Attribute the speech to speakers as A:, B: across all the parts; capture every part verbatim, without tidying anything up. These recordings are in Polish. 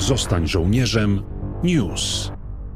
A: Zostań żołnierzem News.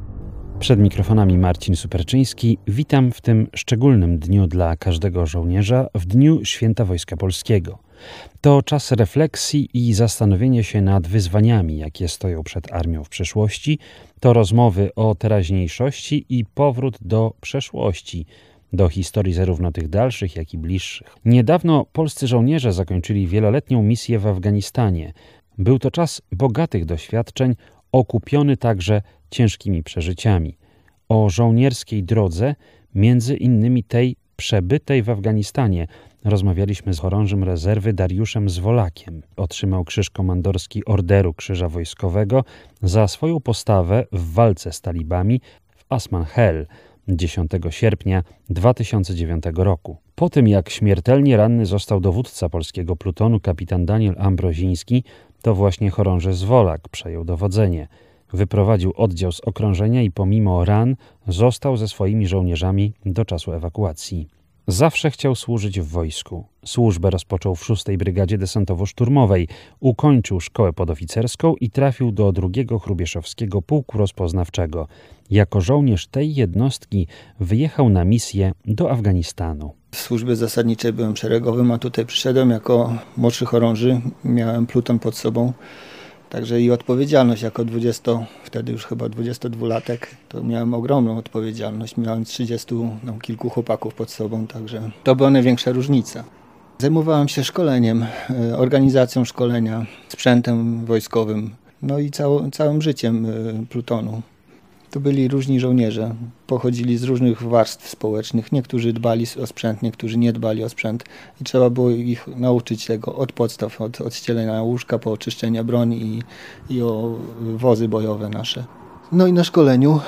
B: Przed mikrofonami Marcin Superczyński. Witam w tym szczególnym dniu dla każdego żołnierza, w dniu Święta Wojska Polskiego. To czas refleksji i zastanowienia się nad wyzwaniami, jakie stoją przed armią w przyszłości. To rozmowy o teraźniejszości i powrót do przeszłości, do historii zarówno tych dalszych, jak i bliższych. Niedawno polscy żołnierze zakończyli wieloletnią misję w Afganistanie. Był to czas bogatych doświadczeń, okupiony także ciężkimi przeżyciami. O żołnierskiej drodze, między innymi tej przebytej w Afganistanie, rozmawialiśmy z chorążym rezerwy Dariuszem Zwolakiem. Otrzymał krzyż komandorski Orderu Krzyża Wojskowego za swoją postawę w walce z talibami w Asman Hel dziesiątego sierpnia dwa tysiące dziewiątego roku. Po tym, jak śmiertelnie ranny został dowódca polskiego plutonu kapitan Daniel Ambroziński, to właśnie chorąży Zwolak przejął dowodzenie. Wyprowadził oddział z okrążenia i pomimo ran został ze swoimi żołnierzami do czasu ewakuacji. Zawsze chciał służyć w wojsku. Służbę rozpoczął w szóstej Brygadzie Desantowo-Szturmowej, ukończył szkołę podoficerską i trafił do drugiego Hrubieszowskiego Pułku Rozpoznawczego. Jako żołnierz tej jednostki wyjechał na misję do Afganistanu.
C: W służbie zasadniczej byłem szeregowym, a tutaj przyszedłem jako młodszy chorąży. Miałem pluton pod sobą. Także i odpowiedzialność jako dwudziesto, wtedy już chyba dwudziestodwulatek, to miałem ogromną odpowiedzialność. Miałem trzydziestu no, kilku chłopaków pod sobą, także to była największa różnica. Zajmowałem się szkoleniem, organizacją szkolenia, sprzętem wojskowym, no i całą, całym życiem plutonu. To byli różni żołnierze, pochodzili z różnych warstw społecznych. Niektórzy dbali o sprzęt, niektórzy nie dbali o sprzęt i trzeba było ich nauczyć tego od podstaw, od, od ścielenia łóżka po oczyszczenia broni i, i o wozy bojowe nasze. No i na szkoleniu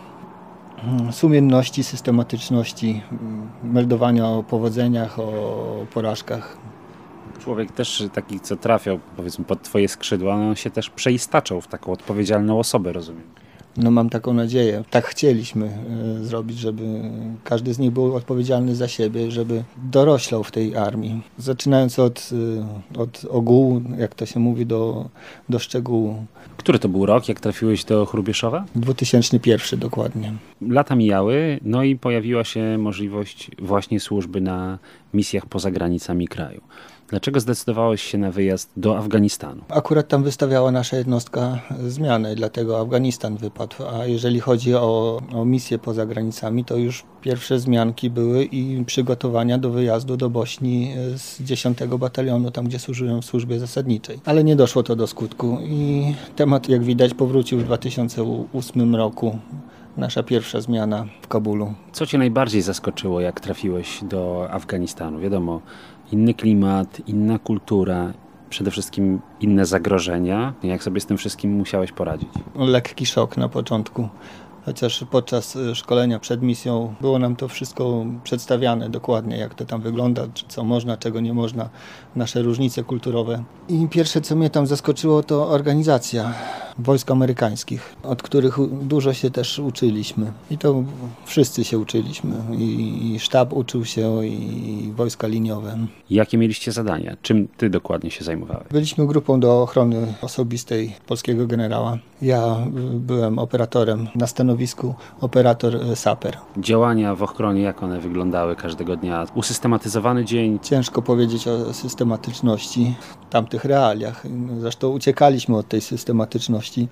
C: sumienności, systematyczności, meldowania o powodzeniach, o porażkach.
B: Człowiek też taki, co trafiał powiedzmy pod twoje skrzydła, on się też przeistaczał w taką odpowiedzialną osobę, rozumiem.
C: No mam taką nadzieję. Tak chcieliśmy y, zrobić, żeby każdy z nich był odpowiedzialny za siebie, żeby doroślał w tej armii. Zaczynając od, y, od ogółu, jak to się mówi, do, do szczegółu.
B: Który to był rok, jak trafiłeś do Hrubieszowa?
C: dwa tysiące pierwszy dokładnie.
B: Lata mijały, no i pojawiła się możliwość właśnie służby na misjach poza granicami kraju. Dlaczego zdecydowałeś się na wyjazd do Afganistanu?
C: Akurat tam wystawiała nasza jednostka zmianę, dlatego Afganistan wypadł. A jeżeli chodzi o, o misję poza granicami, to już pierwsze wzmianki były i przygotowania do wyjazdu do Bośni z dziesiątego batalionu, tam gdzie służyłem w służbie zasadniczej. Ale nie doszło to do skutku i temat, jak widać, powrócił w dwa tysiące ósmym roku. Nasza pierwsza zmiana w Kabulu.
B: Co cię najbardziej zaskoczyło, jak trafiłeś do Afganistanu? Wiadomo, inny klimat, inna kultura, przede wszystkim inne zagrożenia. Jak sobie z tym wszystkim musiałeś poradzić?
C: Lekki szok na początku. Chociaż podczas szkolenia przed misją było nam to wszystko przedstawiane dokładnie, jak to tam wygląda, co można, czego nie można, nasze różnice kulturowe. I pierwsze, co mnie tam zaskoczyło, to organizacja wojsk amerykańskich, od których dużo się też uczyliśmy. I to wszyscy się uczyliśmy. I, i sztab uczył się, i wojska liniowe.
B: Jakie mieliście zadania? Czym ty dokładnie się zajmowałeś?
C: Byliśmy grupą do ochrony osobistej polskiego generała. Ja byłem operatorem na stanowisku, operator saper.
B: Działania w ochronie, jak one wyglądały każdego dnia? Usystematyzowany dzień?
C: Ciężko powiedzieć o systematyczności w tamtych realiach. Zresztą uciekaliśmy od tej systematyczności,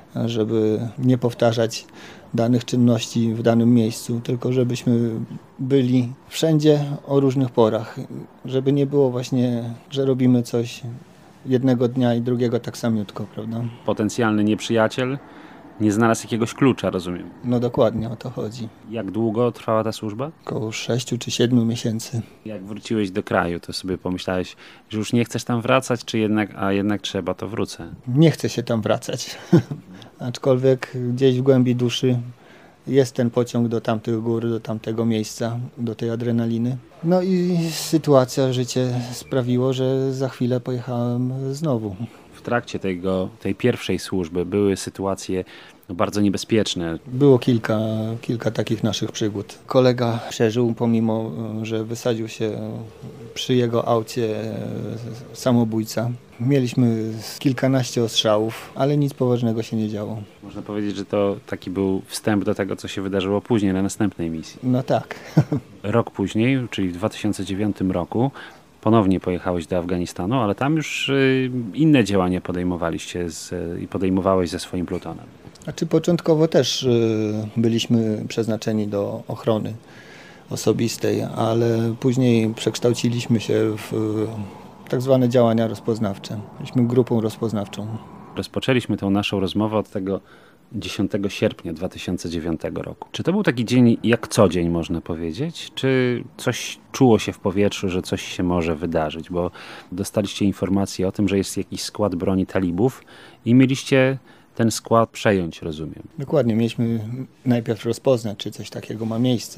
C: żeby nie powtarzać danych czynności w danym miejscu, tylko żebyśmy byli wszędzie o różnych porach. Żeby nie było właśnie, że robimy coś jednego dnia i drugiego tak samiutko, prawda?
B: Potencjalny nieprzyjaciel nie znalazł jakiegoś klucza, rozumiem.
C: No dokładnie o to chodzi.
B: Jak długo trwała ta służba?
C: Około sześciu czy siedmiu miesięcy.
B: Jak wróciłeś do kraju, to sobie pomyślałeś, że już nie chcesz tam wracać, czy jednak, a jednak trzeba, to wrócę?
C: Nie chcę się tam wracać. Aczkolwiek gdzieś w głębi duszy jest ten pociąg do tamtych gór, do tamtego miejsca, do tej adrenaliny. No i sytuacja, życie sprawiło, że za chwilę pojechałem znowu.
B: W trakcie tego, tej pierwszej służby były sytuacje No bardzo niebezpieczne.
C: Było kilka, kilka takich naszych przygód. Kolega przeżył, pomimo że wysadził się przy jego aucie samobójca. Mieliśmy kilkanaście ostrzałów, ale nic poważnego się nie działo.
B: Można powiedzieć, że to taki był wstęp do tego, co się wydarzyło później na następnej misji.
C: No tak.
B: Rok później, czyli w dwa tysiące dziewiątym roku, ponownie pojechałeś do Afganistanu, ale tam już inne działania podejmowaliście z, i podejmowałeś ze swoim plutonem.
C: Znaczy początkowo też byliśmy przeznaczeni do ochrony osobistej, ale później przekształciliśmy się w tak zwane działania rozpoznawcze. Byliśmy grupą rozpoznawczą.
B: Rozpoczęliśmy tę naszą rozmowę od tego dziesiątego sierpnia dwa tysiące dziewiątego roku. Czy to był taki dzień jak co dzień, można powiedzieć? Czy coś czuło się w powietrzu, że coś się może wydarzyć? Bo dostaliście informację o tym, że jest jakiś skład broni talibów i mieliście ten skład przejąć, rozumiem.
C: Dokładnie. Mieliśmy najpierw rozpoznać, czy coś takiego ma miejsce.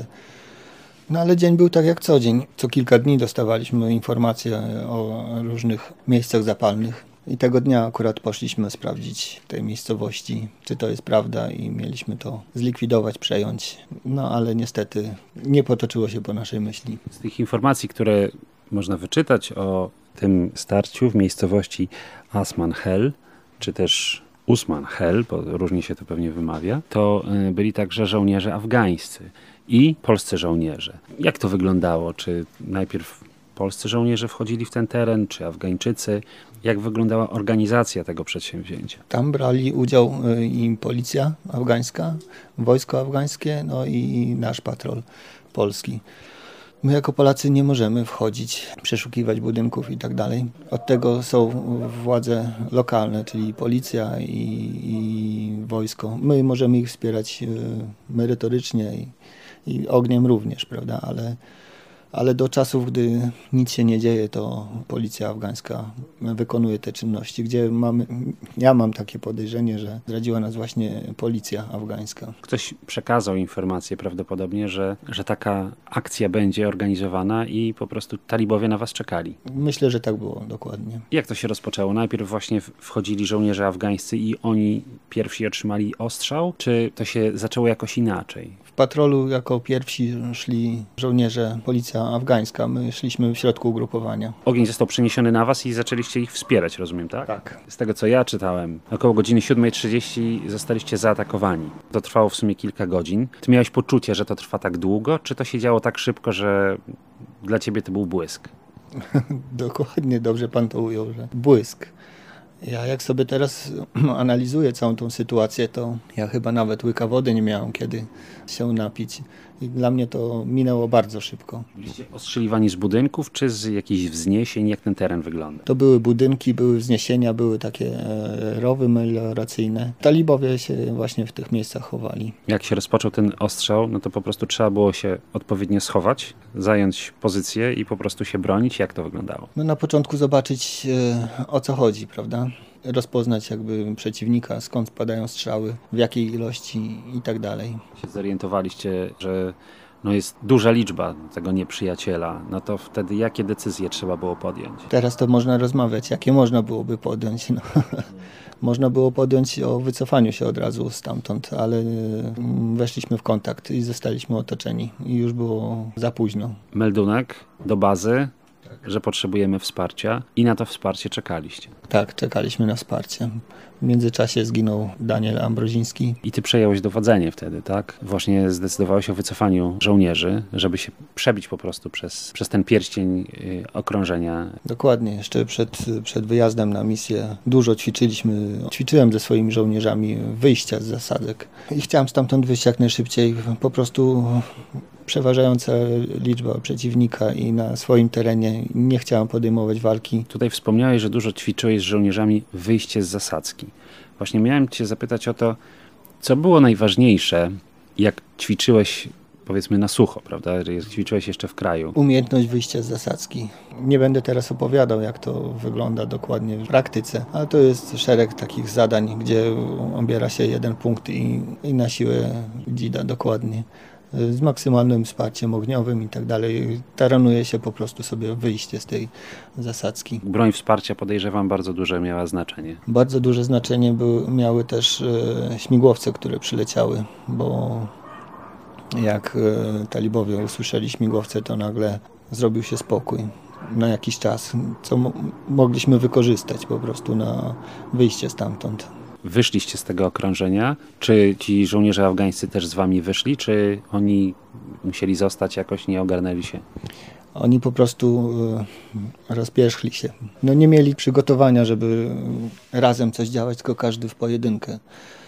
C: No ale dzień był tak jak co dzień. Co kilka dni dostawaliśmy informacje o różnych miejscach zapalnych. I tego dnia akurat poszliśmy sprawdzić w tej miejscowości, czy to jest prawda i mieliśmy to zlikwidować, przejąć. No ale niestety nie potoczyło się po naszej myśli.
B: Z tych informacji, które można wyczytać o tym starciu w miejscowości Asman Hel, czy też Usman Hel, bo różnie się to pewnie wymawia, to byli także żołnierze afgańscy i polscy żołnierze. Jak to wyglądało? Czy najpierw polscy żołnierze wchodzili w ten teren, czy Afgańczycy? Jak wyglądała organizacja tego przedsięwzięcia?
C: Tam brali udział i policja afgańska, wojsko afgańskie, no i nasz patrol polski. My jako Polacy nie możemy wchodzić, przeszukiwać budynków i tak dalej. Od tego są władze lokalne, czyli policja i, i wojsko. My możemy ich wspierać merytorycznie i, i ogniem również, prawda, ale ale do czasów, gdy nic się nie dzieje, to policja afgańska wykonuje te czynności, gdzie mamy, ja mam takie podejrzenie, że zdradziła nas właśnie policja afgańska.
B: Ktoś przekazał informację prawdopodobnie, że, że taka akcja będzie organizowana i po prostu talibowie na was czekali.
C: Myślę, że tak było, dokładnie.
B: Jak to się rozpoczęło? Najpierw właśnie wchodzili żołnierze afgańscy i oni pierwsi otrzymali ostrzał, czy to się zaczęło jakoś inaczej?
C: W patrolu jako pierwsi szli żołnierze, policja afgańska. My szliśmy w środku ugrupowania.
B: Ogień został przeniesiony na was i zaczęliście ich wspierać, rozumiem, tak?
C: Tak.
B: Z tego, co ja czytałem, około godziny siódma trzydzieści zostaliście zaatakowani. To trwało w sumie kilka godzin. Ty miałeś poczucie, że to trwa tak długo, czy to się działo tak szybko, że dla ciebie to był błysk?
C: Dokładnie, dobrze pan to ujął, że błysk. Ja jak sobie teraz analizuję całą tą sytuację, to ja chyba nawet łyka wody nie miałem kiedy się napić. I dla mnie to minęło bardzo szybko.
B: Byliście ostrzeliwani z budynków, czy z jakichś wzniesień? Jak ten teren wygląda?
C: To były budynki, były wzniesienia, były takie rowy melioracyjne. Talibowie się właśnie w tych miejscach chowali.
B: Jak się rozpoczął ten ostrzał, no to po prostu trzeba było się odpowiednio schować, zająć pozycję i po prostu się bronić. Jak to wyglądało?
C: No na początku zobaczyć o co chodzi, prawda? Rozpoznać jakby przeciwnika, skąd padają strzały, w jakiej ilości i tak dalej.
B: Się zorientowaliście, że no jest duża liczba tego nieprzyjaciela, no to wtedy jakie decyzje trzeba było podjąć?
C: Teraz to można rozmawiać, jakie można byłoby podjąć. No. Można było podjąć o wycofaniu się od razu stamtąd, ale weszliśmy w kontakt i zostaliśmy otoczeni i już było za późno.
B: Meldunek do bazy, że potrzebujemy wsparcia i na to wsparcie czekaliście.
C: Tak, czekaliśmy na wsparcie. W międzyczasie zginął Daniel Ambroziński.
B: I ty przejąłeś dowodzenie wtedy, tak? Właśnie zdecydowałeś o wycofaniu żołnierzy, żeby się przebić po prostu przez, przez ten pierścień yy, okrążenia.
C: Dokładnie. Jeszcze przed, przed wyjazdem na misję dużo ćwiczyliśmy. Ćwiczyłem ze swoimi żołnierzami wyjścia z zasadzek. I chciałem stamtąd wyjść jak najszybciej. Po prostu przeważająca liczba przeciwnika i na swoim terenie nie chciałem podejmować walki.
B: Tutaj wspomniałeś, że dużo ćwiczyłeś z żołnierzami wyjście z zasadzki. Właśnie miałem cię zapytać o to, co było najważniejsze, jak ćwiczyłeś, powiedzmy, na sucho, prawda? Jak ćwiczyłeś jeszcze w kraju.
C: Umiejętność wyjścia z zasadzki. Nie będę teraz opowiadał, jak to wygląda dokładnie w praktyce, ale to jest szereg takich zadań, gdzie obiera się jeden punkt i, i na siłę dzida dokładnie. z maksymalnym wsparciem ogniowym i tak dalej. Taranuje się po prostu sobie wyjście z tej zasadzki.
B: Broń wsparcia, podejrzewam, bardzo duże miała znaczenie.
C: Bardzo duże znaczenie były, miały też e, śmigłowce, które przyleciały, bo jak e, talibowie usłyszeli śmigłowce, to nagle zrobił się spokój na jakiś czas, co mo- mogliśmy wykorzystać po prostu na wyjście stamtąd.
B: Wyszliście z tego okrążenia? Czy ci żołnierze afgańscy też z wami wyszli, czy oni musieli zostać, jakoś nie ogarnęli się?
C: Oni po prostu e, rozpierzchli się. No nie mieli przygotowania, żeby razem coś działać, tylko każdy w pojedynkę.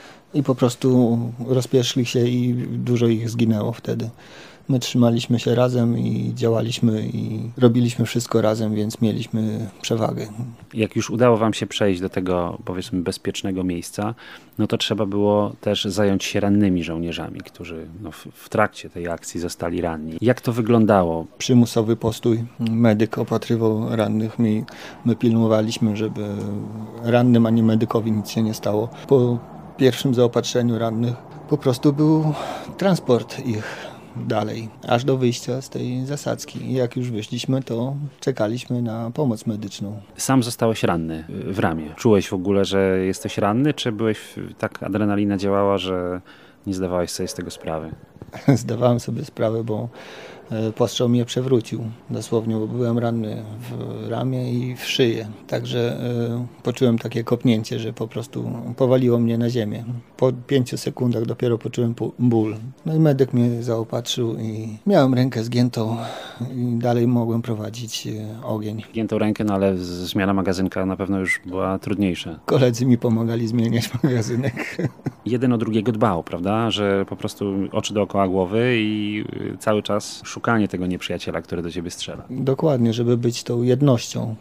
C: I po prostu rozpierzchli się i dużo ich zginęło wtedy. My trzymaliśmy się razem i działaliśmy i robiliśmy wszystko razem, więc mieliśmy przewagę.
B: Jak już udało wam się przejść do tego, powiedzmy, bezpiecznego miejsca, no to trzeba było też zająć się rannymi żołnierzami, którzy no, w, w trakcie tej akcji zostali ranni. Jak to wyglądało?
C: Przymusowy postój. Medyk opatrywał rannych. My, my pilnowaliśmy, żeby rannym ani medykowi nic się nie stało. Po pierwszym zaopatrzeniu rannych po prostu był transport ich dalej, aż do wyjścia z tej zasadzki. I jak już wyszliśmy, to czekaliśmy na pomoc medyczną.
B: Sam zostałeś ranny w ramię. Czułeś w ogóle, że jesteś ranny, czy byłeś, tak adrenalina działała, że nie zdawałeś sobie z tego sprawy?
C: Zdawałem sobie sprawę, bo postrzał mnie przewrócił dosłownie, bo byłem ranny w ramię i w szyję. Także y, poczułem takie kopnięcie, że po prostu powaliło mnie na ziemię. Po pięciu sekundach dopiero poczułem ból. No i medyk mnie zaopatrzył i miałem rękę zgiętą i dalej mogłem prowadzić y, ogień.
B: Zgiętą rękę, no ale zmiana magazynka na pewno już była trudniejsza.
C: Koledzy mi pomagali zmieniać magazynek.
B: Jeden o drugiego dbał, prawda? Że po prostu oczy dookoła głowy i cały czas szukanie tego nieprzyjaciela, który do ciebie strzela.
C: Dokładnie, żeby być tą jednością.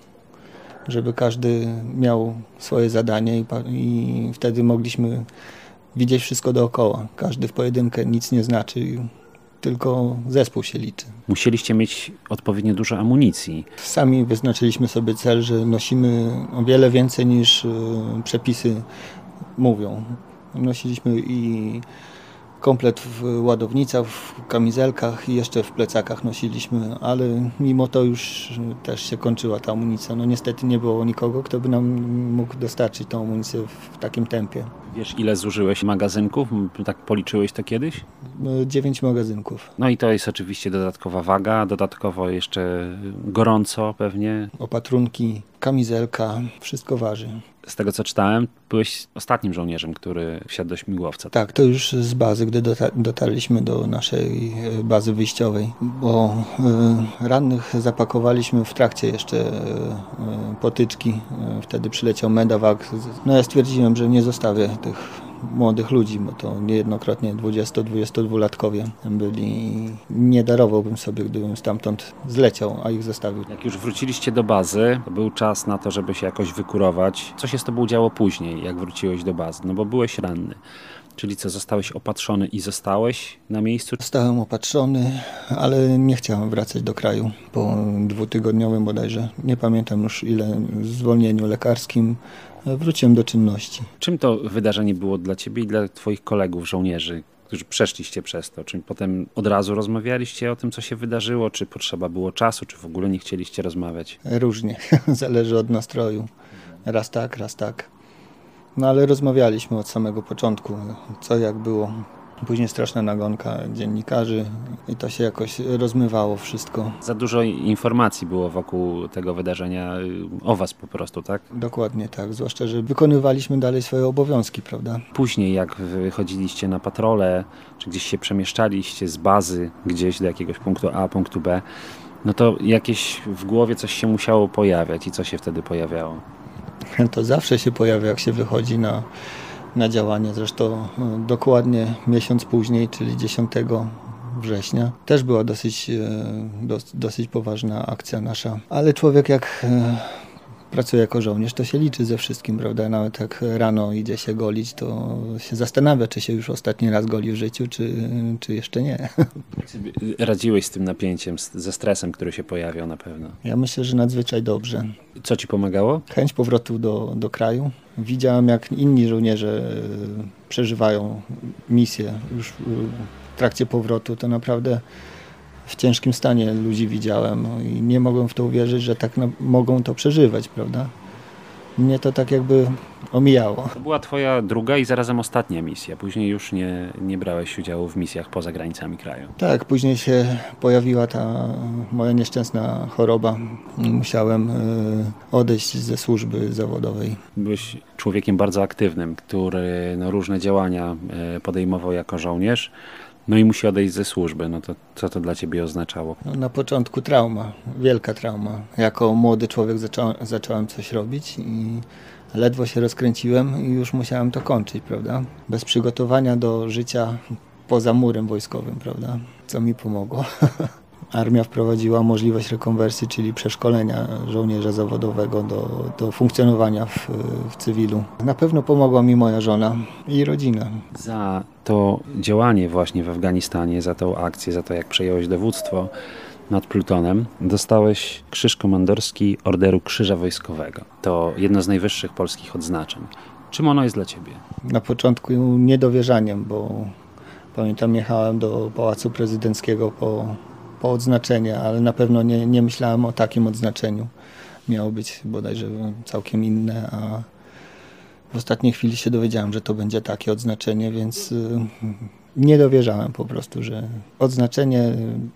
C: Żeby każdy miał swoje zadanie i, i wtedy mogliśmy widzieć wszystko dookoła. Każdy w pojedynkę nic nie znaczy, tylko zespół się liczy.
B: Musieliście mieć odpowiednio dużo amunicji.
C: Sami wyznaczyliśmy sobie cel, że nosimy o wiele więcej niż y, przepisy mówią. Nosiliśmy i komplet w ładownicach, w kamizelkach i jeszcze w plecakach nosiliśmy, ale mimo to już też się kończyła ta amunicja. No niestety nie było nikogo, kto by nam mógł dostarczyć tą amunicję w takim tempie.
B: Wiesz, ile zużyłeś magazynków? Tak policzyłeś to kiedyś?
C: Dziewięć magazynków.
B: No i to jest oczywiście dodatkowa waga, dodatkowo jeszcze gorąco pewnie.
C: Opatrunki, kamizelka, wszystko waży.
B: Z tego co czytałem, byłeś ostatnim żołnierzem, który wsiadł do śmigłowca.
C: Tak, to już z bazy, gdy dota- dotarliśmy do naszej bazy wyjściowej, bo y, rannych zapakowaliśmy w trakcie jeszcze y, potyczki. Y, wtedy przyleciał medevac. No ja stwierdziłem, że nie zostawię tych młodych ludzi, bo to niejednokrotnie dwudziesto-dwudziestodwulatkowie byli. Nie darowałbym sobie, gdybym stamtąd zleciał, a ich zostawił.
B: Jak już wróciliście do bazy, to był czas na to, żeby się jakoś wykurować. Co się z tobą działo później, jak wróciłeś do bazy? No bo byłeś ranny. Czyli co, zostałeś opatrzony i zostałeś na miejscu?
C: Zostałem opatrzony, ale nie chciałem wracać do kraju po dwutygodniowym bodajże, nie pamiętam już ile, zwolnieniu lekarskim. Wróciłem do czynności.
B: Czym to wydarzenie było dla ciebie i dla twoich kolegów, żołnierzy, którzy przeszliście przez to? Czy potem od razu rozmawialiście o tym, co się wydarzyło? Czy potrzeba było czasu? Czy w ogóle nie chcieliście rozmawiać?
C: Różnie, zależy od nastroju. Raz tak, raz tak. No ale rozmawialiśmy od samego początku, co jak było. Później straszna nagonka dziennikarzy i to się jakoś rozmywało wszystko.
B: Za dużo informacji było wokół tego wydarzenia o was po prostu, tak?
C: Dokładnie tak, zwłaszcza, że wykonywaliśmy dalej swoje obowiązki, prawda?
B: Później jak wychodziliście na patrole, czy gdzieś się przemieszczaliście z bazy gdzieś do jakiegoś punktu A, punktu B, no to jakieś w głowie coś się musiało pojawiać i co się wtedy pojawiało?
C: To zawsze się pojawia, jak się wychodzi na, na działanie. Zresztą dokładnie miesiąc później, czyli dziesiątego września, też była dosyć, dos, dosyć poważna akcja nasza. Ale człowiek jak pracuje jako żołnierz, to się liczy ze wszystkim, prawda? Nawet jak rano idzie się golić, to się zastanawia, czy się już ostatni raz goli w życiu, czy, czy jeszcze nie.
B: Radziłeś z tym napięciem, ze stresem, który się pojawiał na pewno?
C: Ja myślę, że nadzwyczaj dobrze.
B: Co ci pomagało?
C: Chęć powrotu do, do kraju. Widziałem, jak inni żołnierze przeżywają misję już trakcie powrotu, to naprawdę w ciężkim stanie ludzi widziałem, no i nie mogłem w to uwierzyć, że tak no, mogą to przeżywać, prawda? Mnie to tak jakby omijało.
B: To była twoja druga i zarazem ostatnia misja. Później już nie, nie brałeś udziału w misjach poza granicami kraju.
C: Tak, później się pojawiła ta moja nieszczęsna choroba. Musiałem odejść ze służby zawodowej.
B: Byłeś człowiekiem bardzo aktywnym, który no, różne działania podejmował jako żołnierz. No i musi odejść ze służby. No to co to dla ciebie oznaczało?
C: No, na początku trauma, wielka trauma. Jako młody człowiek zaczą, zacząłem coś robić i ledwo się rozkręciłem i już musiałem to kończyć, prawda? Bez przygotowania do życia poza murem wojskowym, prawda? Co mi pomogło. Armia wprowadziła możliwość rekonwersji, czyli przeszkolenia żołnierza zawodowego do, do funkcjonowania w, w cywilu. Na pewno pomogła mi moja żona i rodzina.
B: Za to działanie właśnie w Afganistanie, za tą akcję, za to jak przejąłeś dowództwo nad plutonem, dostałeś Krzyż Komandorski Orderu Krzyża Wojskowego. To jedno z najwyższych polskich odznaczeń. Czym ono jest dla ciebie?
C: Na początku niedowierzaniem, bo pamiętam, jechałem do Pałacu Prezydenckiego po po odznaczenie, ale na pewno nie, nie myślałem o takim odznaczeniu. Miało być bodajże całkiem inne, a w ostatniej chwili się dowiedziałem, że to będzie takie odznaczenie, więc nie dowierzałem po prostu, że odznaczenie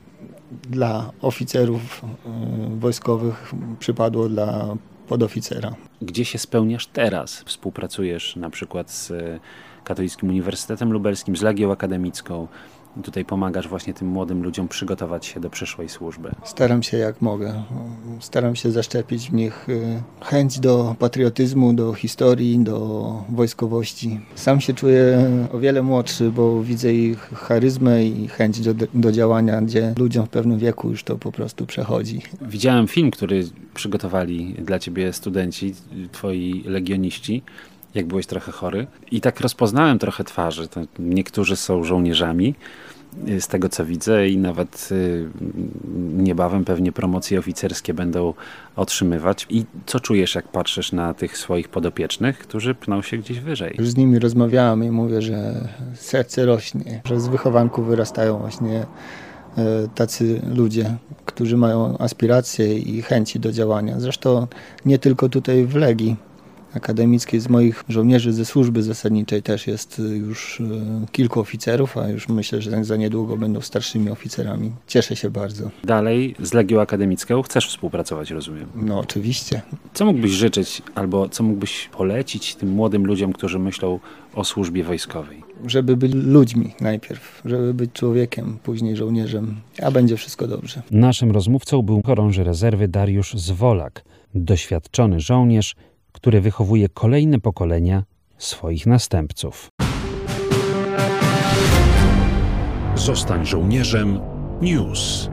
C: dla oficerów wojskowych przypadło dla podoficera.
B: Gdzie się spełniasz teraz? Współpracujesz na przykład z Katolickim Uniwersytetem Lubelskim, z Legią Akademicką. Tutaj pomagasz właśnie tym młodym ludziom przygotować się do przyszłej służby.
C: Staram się jak mogę. Staram się zaszczepić w nich chęć do patriotyzmu, do historii, do wojskowości. Sam się czuję o wiele młodszy, bo widzę ich charyzmę i chęć do, do działania, gdzie ludziom w pewnym wieku już to po prostu przechodzi.
B: Widziałem film, który przygotowali dla ciebie studenci, twoi legioniści, jak byłeś trochę chory. I tak rozpoznałem trochę twarzy. To niektórzy są żołnierzami, z tego co widzę, i nawet y, niebawem pewnie promocje oficerskie będą otrzymywać. I co czujesz, jak patrzysz na tych swoich podopiecznych, którzy pną się gdzieś wyżej?
C: Już z nimi rozmawiałem i mówię, że serce rośnie, że z wychowanków wyrastają właśnie y, tacy ludzie, którzy mają aspiracje i chęci do działania. Zresztą nie tylko tutaj w Legii Akademickiej, z moich żołnierzy ze służby zasadniczej też jest już kilku oficerów, a już myślę, że za niedługo będą starszymi oficerami. Cieszę się bardzo.
B: Dalej z Legią Akademicką chcesz współpracować, rozumiem?
C: No oczywiście.
B: Co mógłbyś życzyć albo co mógłbyś polecić tym młodym ludziom, którzy myślą o służbie wojskowej?
C: Żeby być ludźmi najpierw, żeby być człowiekiem, później żołnierzem, a będzie wszystko dobrze.
B: Naszym rozmówcą był chorąży rezerwy Dariusz Zwolak, doświadczony żołnierz, który wychowuje kolejne pokolenia swoich następców.
A: Zostań żołnierzem. News.